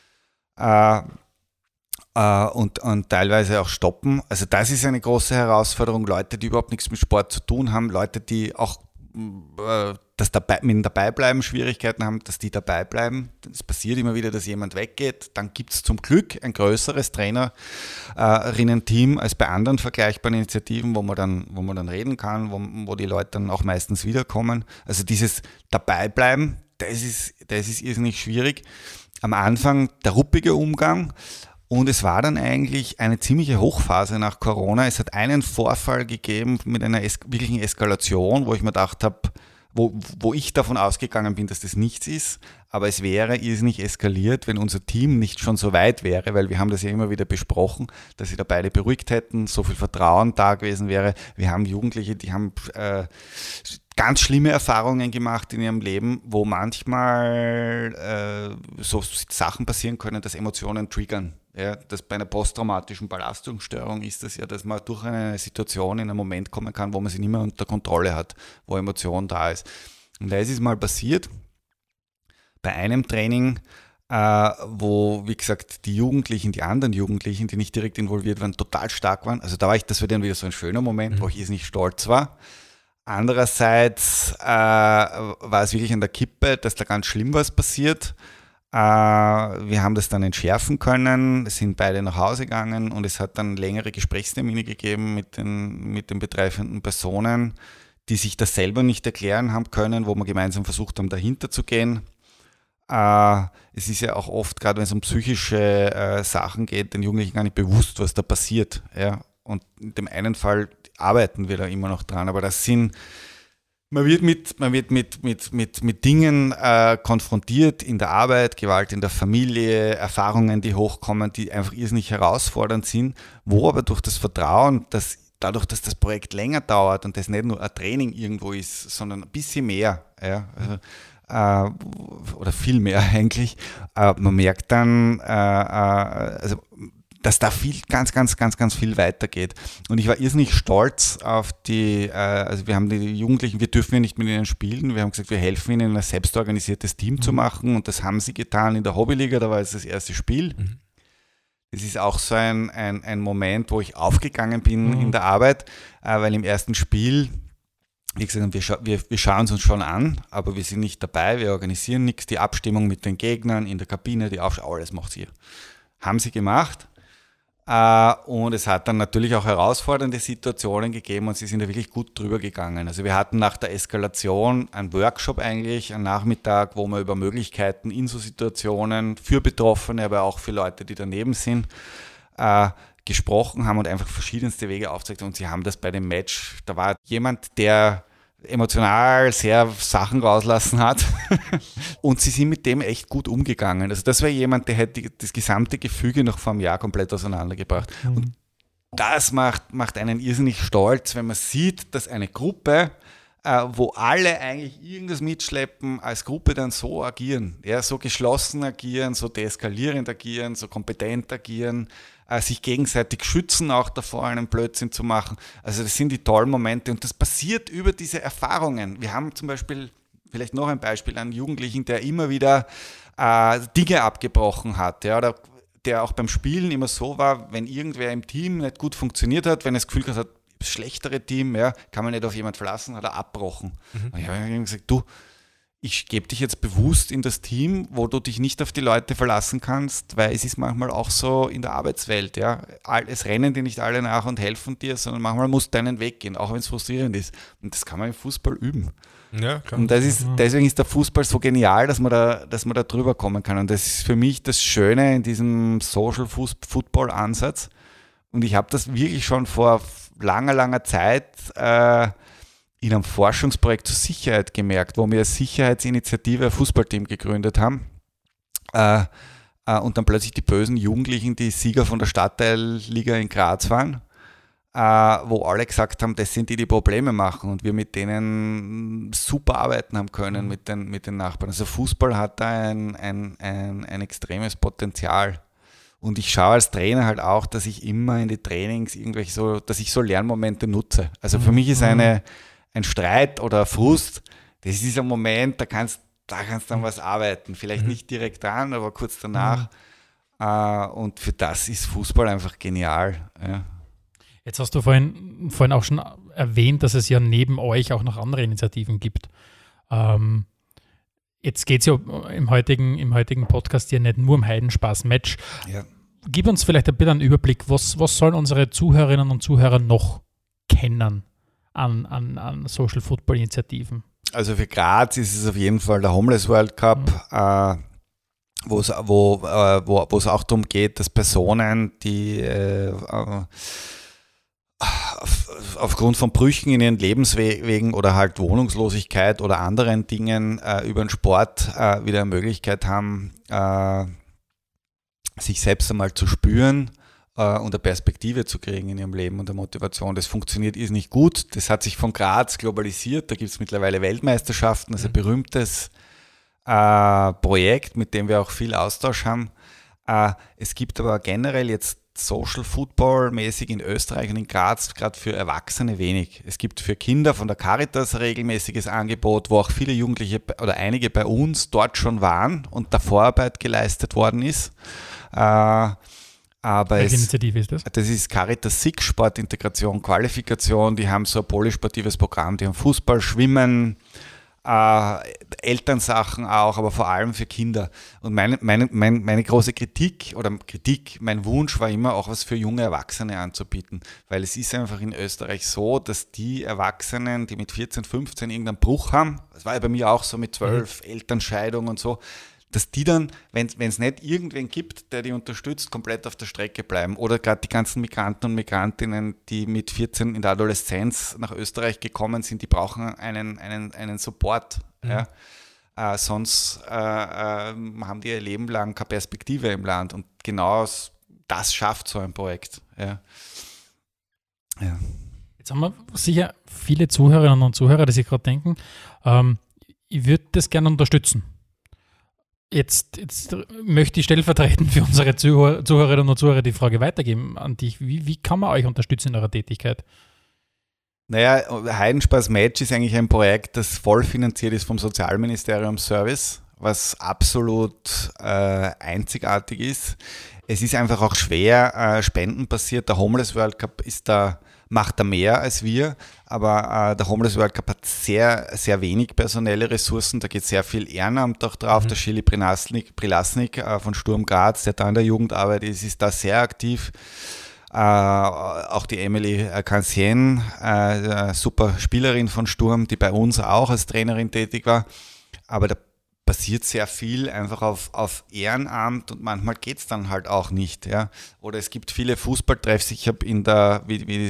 Und teilweise auch stoppen. Also das ist eine große Herausforderung. Leute, die überhaupt nichts mit Sport zu tun haben, Leute, die auch mit dabei bleiben Schwierigkeiten haben, dass die dabei bleiben. Es passiert immer wieder, dass jemand weggeht. Dann gibt es zum Glück ein größeres Trainerinnen-Team als bei anderen vergleichbaren Initiativen, wo man dann reden kann, wo die Leute dann auch meistens wiederkommen. Also dieses Dabeibleiben, das ist irrsinnig schwierig. Am Anfang der ruppige Umgang. Und es war dann eigentlich eine ziemliche Hochphase nach Corona. Es hat einen Vorfall gegeben mit einer wirklichen Eskalation, wo ich mir gedacht habe, wo ich davon ausgegangen bin, dass das nichts ist. Aber es wäre irrsinnig eskaliert, wenn unser Team nicht schon so weit wäre, weil wir haben das ja immer wieder besprochen, dass sie da beide beruhigt hätten, so viel Vertrauen da gewesen wäre. Wir haben Jugendliche, die haben ganz schlimme Erfahrungen gemacht in ihrem Leben, wo manchmal so Sachen passieren können, dass Emotionen triggern. Ja, das bei einer posttraumatischen Belastungsstörung ist das ja, dass man durch eine Situation in einen Moment kommen kann, wo man sie nicht mehr unter Kontrolle hat, wo Emotion da ist. Und da ist es mal passiert, bei einem Training, wo, wie gesagt, die anderen Jugendlichen, die nicht direkt involviert waren, total stark waren. Also das war dann wieder so ein schöner Moment, wo ich nicht stolz war. Andererseits war es wirklich an der Kippe, dass da ganz schlimm was passiert. Wir haben das dann entschärfen können, sind beide nach Hause gegangen und es hat dann längere Gesprächstermine gegeben mit den betreffenden Personen, die sich das selber nicht erklären haben können, wo wir gemeinsam versucht haben, dahinter zu gehen. Es ist ja auch oft, gerade wenn es um psychische Sachen geht, den Jugendlichen gar nicht bewusst, was da passiert. Ja? Und in dem einen Fall arbeiten wir da immer noch dran, aber das sind... Man wird mit Dingen konfrontiert in der Arbeit, Gewalt in der Familie, Erfahrungen, die hochkommen, die einfach irrsinnig herausfordernd sind, wo aber durch das Vertrauen, dadurch, dass das Projekt länger dauert und das nicht nur ein Training irgendwo ist, sondern ein bisschen mehr, ja, oder viel mehr eigentlich, man merkt dann, dass da ganz viel weitergeht. Und ich war irrsinnig stolz auf also wir haben die Jugendlichen, wir dürfen ja nicht mit ihnen spielen, wir haben gesagt, wir helfen ihnen, ein selbstorganisiertes Team zu machen und das haben sie getan in der Hobbyliga, da war es das erste Spiel. Das ist auch so ein Moment, wo ich aufgegangen bin in der Arbeit, weil im ersten Spiel, wie gesagt, wir schauen es uns schon an, aber wir sind nicht dabei, wir organisieren nichts, die Abstimmung mit den Gegnern in der Kabine, alles macht sie. Haben sie gemacht. Und es hat dann natürlich auch herausfordernde Situationen gegeben und sie sind da wirklich gut drüber gegangen. Also wir hatten nach der Eskalation einen Workshop eigentlich, einen Nachmittag, wo wir über Möglichkeiten in so Situationen für Betroffene, aber auch für Leute, die daneben sind, gesprochen haben und einfach verschiedenste Wege aufgezeigt. Und sie haben das bei dem Match, da war jemand, der emotional sehr Sachen rauslassen hat und sie sind mit dem echt gut umgegangen. Also das war jemand, der hätte das gesamte Gefüge noch vor einem Jahr komplett auseinandergebracht. Und das macht einen irrsinnig stolz, wenn man sieht, dass eine Gruppe, wo alle eigentlich irgendwas mitschleppen, als Gruppe dann so agieren, ja, so geschlossen agieren, so deeskalierend agieren, so kompetent agieren, sich gegenseitig schützen, auch davor einen Blödsinn zu machen. Also das sind die tollen Momente und das passiert über diese Erfahrungen. Wir haben zum Beispiel, vielleicht noch ein Beispiel, einen Jugendlichen, der immer wieder Dinge abgebrochen hat, ja, oder der auch beim Spielen immer so war, wenn irgendwer im Team nicht gut funktioniert hat, wenn er das Gefühl hat, das schlechtere Team, ja, kann man nicht auf jemand verlassen, hat er abbrochen. Und ich habe ihm gesagt, du, ich gebe dich jetzt bewusst in das Team, wo du dich nicht auf die Leute verlassen kannst, weil es ist manchmal auch so in der Arbeitswelt, ja, es rennen dir nicht alle nach und helfen dir, sondern manchmal musst du deinen Weg gehen, auch wenn es frustrierend ist. Und das kann man im Fußball üben. Ja, klar. Und deswegen ist der Fußball so genial, dass man da drüber kommen kann. Und das ist für mich das Schöne in diesem Social Football Ansatz. Und ich habe das wirklich schon vor langer Zeit in einem Forschungsprojekt zur Sicherheit gemerkt, wo wir als Sicherheitsinitiative ein Fußballteam gegründet haben und dann plötzlich die bösen Jugendlichen, die Sieger von der Stadtteilliga in Graz waren, wo alle gesagt haben, das sind die Probleme machen und wir mit denen super arbeiten haben können mit den Nachbarn. Also Fußball hat da ein extremes Potenzial. Und ich schaue als Trainer halt auch, dass ich immer in die Trainings dass ich so Lernmomente nutze. Also für mich ist ein Streit oder Frust, das ist ein Moment, da kannst dann was arbeiten. Vielleicht nicht direkt dran, aber kurz danach. Und für das ist Fußball einfach genial. Ja. Jetzt hast du vorhin auch schon erwähnt, dass es ja neben euch auch noch andere Initiativen gibt. Jetzt geht es ja im heutigen Podcast ja nicht nur um Heidenspaß-Match. Ja. Gib uns vielleicht ein bisschen einen Überblick, was sollen unsere Zuhörerinnen und Zuhörer noch kennen an Social Football Initiativen? Also für Graz ist es auf jeden Fall der Homeless World Cup, wo es auch darum geht, dass Personen, die aufgrund von Brüchen in ihren Lebenswegen oder halt Wohnungslosigkeit oder anderen Dingen über den Sport wieder eine Möglichkeit haben, sich selbst einmal zu spüren und eine Perspektive zu kriegen in ihrem Leben und eine Motivation. Das funktioniert nicht gut. Das hat sich von Graz globalisiert. Da gibt es mittlerweile Weltmeisterschaften, das ist ein berühmtes Projekt, mit dem wir auch viel Austausch haben. Es gibt aber generell jetzt Social Football mäßig in Österreich und in Graz gerade für Erwachsene wenig. Es gibt für Kinder von der Caritas ein regelmäßiges Angebot, wo auch viele Jugendliche oder einige bei uns dort schon waren und da Vorarbeit geleistet worden ist. Welche Initiative ist das? Das ist Caritas SIG, Sportintegration, Qualifikation. Die haben so ein polysportives Programm, die haben Fußball, Schwimmen, Elternsachen auch, aber vor allem für Kinder. Und meine große mein Wunsch war immer auch was für junge Erwachsene anzubieten, weil es ist einfach in Österreich so, dass die Erwachsenen, die mit 14, 15 irgendeinen Bruch haben, das war ja bei mir auch so mit 12, Elternscheidung und so, dass die dann, wenn es nicht irgendwen gibt, der die unterstützt, komplett auf der Strecke bleiben. Oder gerade die ganzen Migranten und Migrantinnen, die mit 14 in der Adoleszenz nach Österreich gekommen sind, die brauchen einen Support. Ja? Sonst haben die ihr Leben lang keine Perspektive im Land. Und genau das schafft so ein Projekt. Ja. Ja. Jetzt haben wir sicher viele Zuhörerinnen und Zuhörer, die sich gerade denken, ich würde das gerne unterstützen. Jetzt möchte ich stellvertretend für unsere Zuhörerinnen und Zuhörer die Frage weitergeben an dich. Wie kann man euch unterstützen in eurer Tätigkeit? Naja, Heidenspaß Match ist eigentlich ein Projekt, das voll finanziert ist vom Sozialministerium Service, was absolut einzigartig ist. Es ist einfach auch schwer spendenbasiert. Der Homeless World Cup macht da mehr als wir, aber der Homeless World Cup hat sehr, sehr wenig personelle Ressourcen. Da geht sehr viel Ehrenamt auch drauf. Der Schili Prilasnik von Sturm Graz, der da in der Jugend arbeitet, ist da sehr aktiv. Auch die Emily Cancien, super Spielerin von Sturm, die bei uns auch als Trainerin tätig war. Aber da passiert sehr viel einfach auf Ehrenamt und manchmal geht es dann halt auch nicht. Ja. Oder es gibt viele Fußballtreffs. Ich habe in der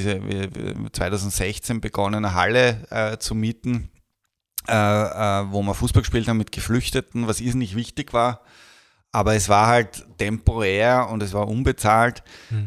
2016 begonnen, eine Halle zu mieten, wo wir Fußball gespielt haben mit Geflüchteten, was irrsinnig wichtig war. Aber es war halt temporär und es war unbezahlt.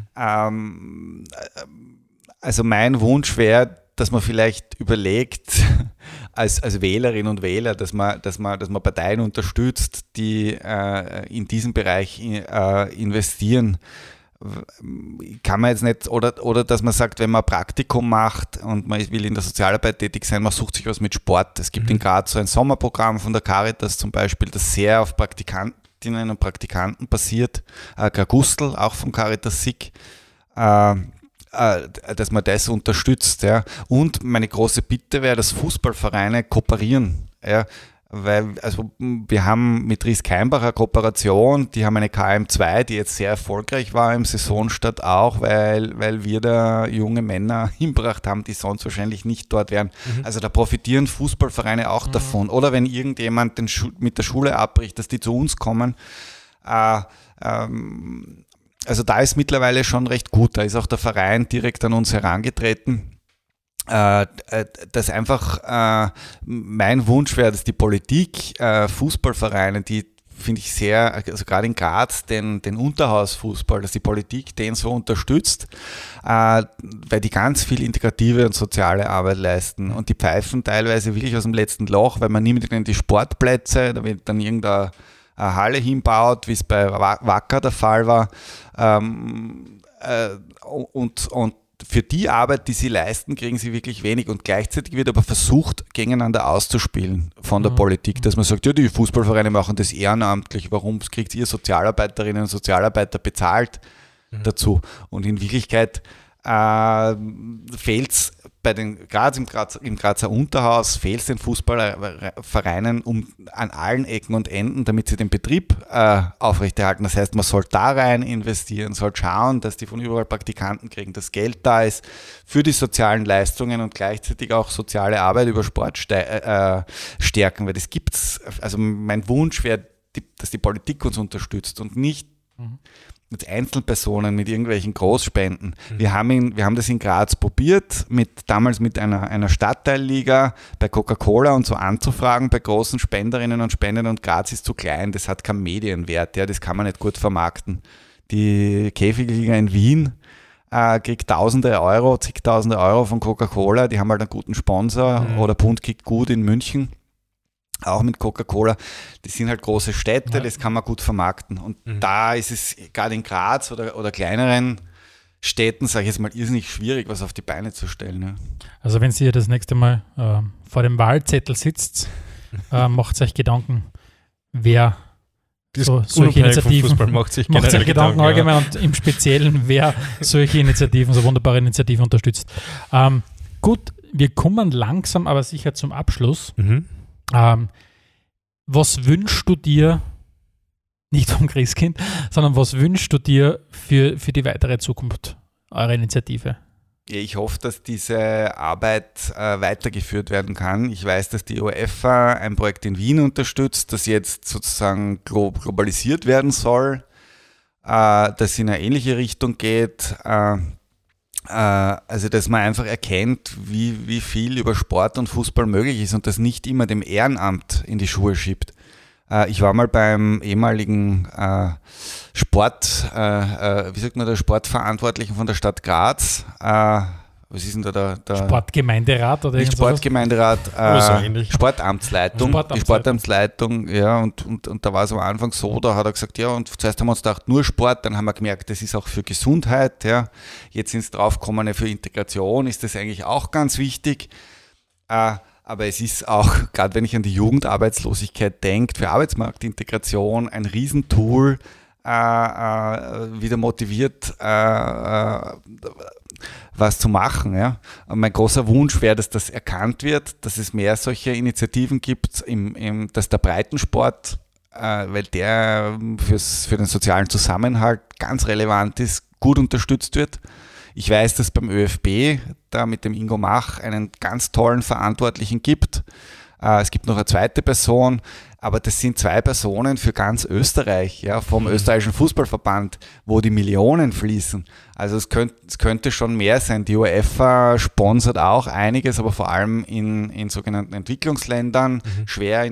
Also mein Wunsch wäre, dass man vielleicht überlegt, als Wählerinnen und Wähler, dass man Parteien unterstützt, die in diesem Bereich investieren. Kann man jetzt nicht, oder dass man sagt, wenn man ein Praktikum macht und man will in der Sozialarbeit tätig sein, man sucht sich was mit Sport. Es gibt in Graz so ein Sommerprogramm von der Caritas zum Beispiel, das sehr auf Praktikantinnen und Praktikanten basiert. Gagustel, auch von Caritas SIG. Dass man das unterstützt. Ja. Und meine große Bitte wäre, dass Fußballvereine kooperieren. Ja. Weil, wir haben mit Ries Keimbach eine Kooperation, die haben eine KM2, die jetzt sehr erfolgreich war im Saisonstart auch, weil wir da junge Männer hingebracht haben, die sonst wahrscheinlich nicht dort wären. Also da profitieren Fußballvereine auch davon. Oder wenn irgendjemand mit der Schule abbricht, dass die zu uns kommen. Also da ist mittlerweile schon recht gut, da ist auch der Verein direkt an uns herangetreten, dass einfach mein Wunsch wäre, dass die Politik Fußballvereine, die finde ich sehr, also gerade in Graz, den Unterhausfußball, dass die Politik den so unterstützt, weil die ganz viel integrative und soziale Arbeit leisten und die pfeifen teilweise wirklich aus dem letzten Loch, weil man nimmt ihnen die Sportplätze, da wird dann irgendeine Halle hinbaut, wie es bei Wacker der Fall war. Und für die Arbeit, die sie leisten, kriegen sie wirklich wenig. Und gleichzeitig wird aber versucht, gegeneinander auszuspielen von der Politik, dass man sagt, ja, die Fußballvereine machen das ehrenamtlich, warum kriegt ihr Sozialarbeiterinnen und Sozialarbeiter bezahlt dazu? Und in Wirklichkeit fehlt es gerade im Grazer Unterhaus, fehlt es den Fußballvereinen an allen Ecken und Enden, damit sie den Betrieb aufrechterhalten. Das heißt, man soll da rein investieren, soll schauen, dass die von überall Praktikanten kriegen, dass Geld da ist für die sozialen Leistungen und gleichzeitig auch soziale Arbeit über Sport stärken, weil das gibt's. Also mein Wunsch wäre, dass die Politik uns unterstützt und nicht mit Einzelpersonen, mit irgendwelchen Großspenden. Wir haben das in Graz probiert, damals mit einer Stadtteilliga bei Coca-Cola und so anzufragen bei großen Spenderinnen und Spendern, und Graz ist zu klein, das hat keinen Medienwert, ja, das kann man nicht gut vermarkten. Die Käfigliga in Wien kriegt zigtausende Euro von Coca-Cola, die haben halt einen guten Sponsor, oder Bund kickt gut in München. Auch mit Coca-Cola, das sind halt große Städte, das kann man gut vermarkten. Und da ist es gerade in Graz oder kleineren Städten, sage ich jetzt mal, irrsinnig schwierig, was auf die Beine zu stellen. Ja. Also wenn ihr das nächste Mal vor dem Wahlzettel sitzt, macht euch Gedanken, wer solche Initiativen macht sich Gedanken allgemein, und im Speziellen, wer solche Initiativen, so wunderbare Initiativen unterstützt. Gut, wir kommen langsam aber sicher zum Abschluss. Was wünschst du dir, nicht vom Christkind, sondern was wünschst du dir für die weitere Zukunft eurer Initiative? Ich hoffe, dass diese Arbeit weitergeführt werden kann. Ich weiß, dass die UEFA ein Projekt in Wien unterstützt, das jetzt sozusagen globalisiert werden soll, das in eine ähnliche Richtung geht. Also, dass man einfach erkennt, wie viel über Sport und Fußball möglich ist und das nicht immer dem Ehrenamt in die Schuhe schiebt. Ich war mal beim ehemaligen Sportverantwortlichen von der Stadt Graz. Was ist denn da der Sportgemeinderat oder nicht Sportgemeinderat, Sportamtsleitung. Die Sportamtsleitung, ja, und da war es am Anfang so, da hat er gesagt, ja, und zuerst haben wir uns gedacht, nur Sport, dann haben wir gemerkt, das ist auch für Gesundheit, ja. Jetzt sind es draufgekommen, für Integration ist das eigentlich auch ganz wichtig. Aber es ist auch, gerade wenn ich an die Jugendarbeitslosigkeit denke, für Arbeitsmarktintegration ein Riesentool, wieder motiviert, was zu machen. Ja. Und mein großer Wunsch wäre, dass das erkannt wird, dass es mehr solche Initiativen gibt, dass der Breitensport, weil der für den sozialen Zusammenhalt ganz relevant ist, gut unterstützt wird. Ich weiß, dass beim ÖFB da mit dem Ingo Mach einen ganz tollen Verantwortlichen gibt. Es gibt noch eine zweite Person, aber das sind 2 Personen für ganz Österreich, ja, vom österreichischen Fußballverband, wo die Millionen fließen. Also es könnte schon mehr sein. Die UEFA sponsert auch einiges, aber vor allem in sogenannten Entwicklungsländern, schwer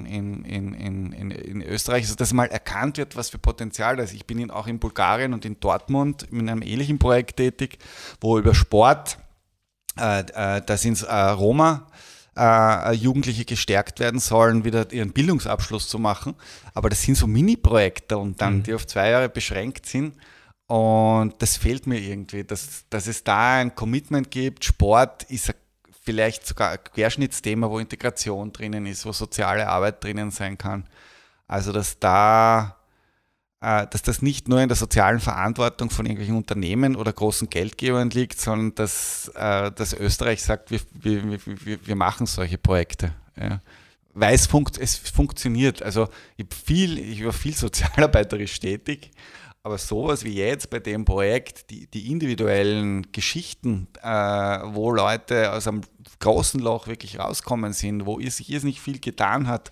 in Österreich, also dass mal erkannt wird, was für Potenzial da ist. Ich bin auch in Bulgarien und in Dortmund in einem ähnlichen Projekt tätig, wo über Sport, da sind es Roma, Jugendliche gestärkt werden sollen, wieder ihren Bildungsabschluss zu machen. Aber das sind so Mini-Projekte und dann, die auf 2 Jahre beschränkt sind. Und das fehlt mir irgendwie, dass es da ein Commitment gibt. Sport ist vielleicht sogar ein Querschnittsthema, wo Integration drinnen ist, wo soziale Arbeit drinnen sein kann. Also dass das nicht nur in der sozialen Verantwortung von irgendwelchen Unternehmen oder großen Geldgebern liegt, sondern dass Österreich sagt, wir machen solche Projekte. Ja. Weil es funktioniert. Also ich war viel sozialarbeiterisch tätig, aber sowas wie jetzt bei dem Projekt, die individuellen Geschichten, wo Leute aus einem großen Loch wirklich rauskommen sind, wo sich nicht viel getan hat,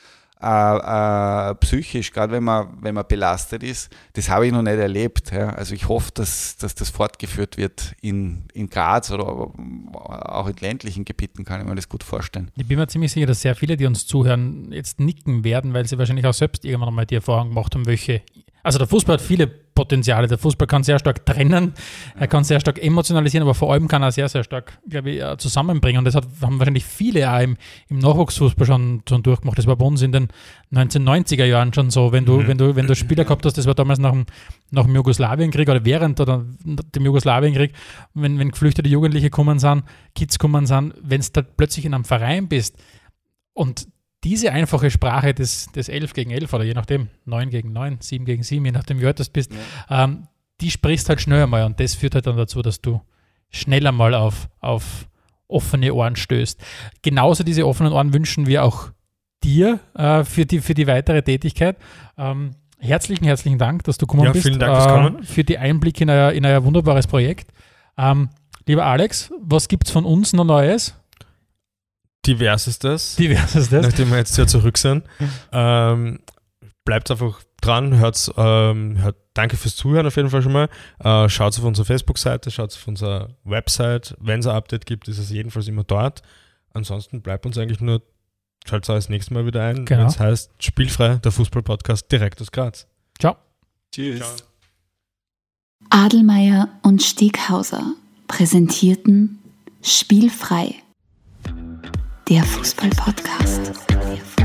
psychisch, gerade wenn man belastet ist, das habe ich noch nicht erlebt. Ja. Also ich hoffe, dass das fortgeführt wird in Graz oder auch in ländlichen Gebieten, kann ich mir das gut vorstellen. Ich bin mir ziemlich sicher, dass sehr viele, die uns zuhören, jetzt nicken werden, weil sie wahrscheinlich auch selbst irgendwann mal die Erfahrung gemacht haben, also der Fußball hat viele Potenziale. Der Fußball kann sehr stark trennen, er kann sehr stark emotionalisieren, aber vor allem kann er sehr, sehr stark, glaube ich, zusammenbringen. Und das haben wahrscheinlich viele auch im Nachwuchsfußball schon durchgemacht. Das war bei uns in den 1990er Jahren schon so, wenn du Spieler gehabt hast, das war damals nach dem Jugoslawienkrieg oder während oder dem Jugoslawienkrieg, wenn geflüchtete Jugendliche Kids kommen sind, wenn du da plötzlich in einem Verein bist und diese einfache Sprache des 11 gegen 11 oder je nachdem, 9 gegen 9, 7 gegen 7, je nachdem wie alt du bist, die sprichst halt schnell einmal und das führt halt dann dazu, dass du schneller mal auf offene Ohren stößt. Genauso diese offenen Ohren wünschen wir auch dir für die weitere Tätigkeit. Herzlichen Dank, dass du gekommen bist. Vielen Dank fürs Kommen. Für die Einblicke in euer wunderbares Projekt. Lieber Alex, was gibt es von uns noch Neues? Diversestes. Nachdem wir jetzt ja zurück sind. Bleibt einfach dran, danke fürs Zuhören auf jeden Fall schon mal. Schaut auf unsere Facebook-Seite, schaut auf unsere Website. Wenn es ein Update gibt, ist es jedenfalls immer dort. Ansonsten bleibt uns eigentlich nur, schaltet das nächste Mal wieder ein, wenn es heißt Spielfrei, der Fußball-Podcast direkt aus Graz. Ciao. Tschüss. Ciao. Adelmeier und Steghauser präsentierten Spielfrei, der Fußball-Podcast.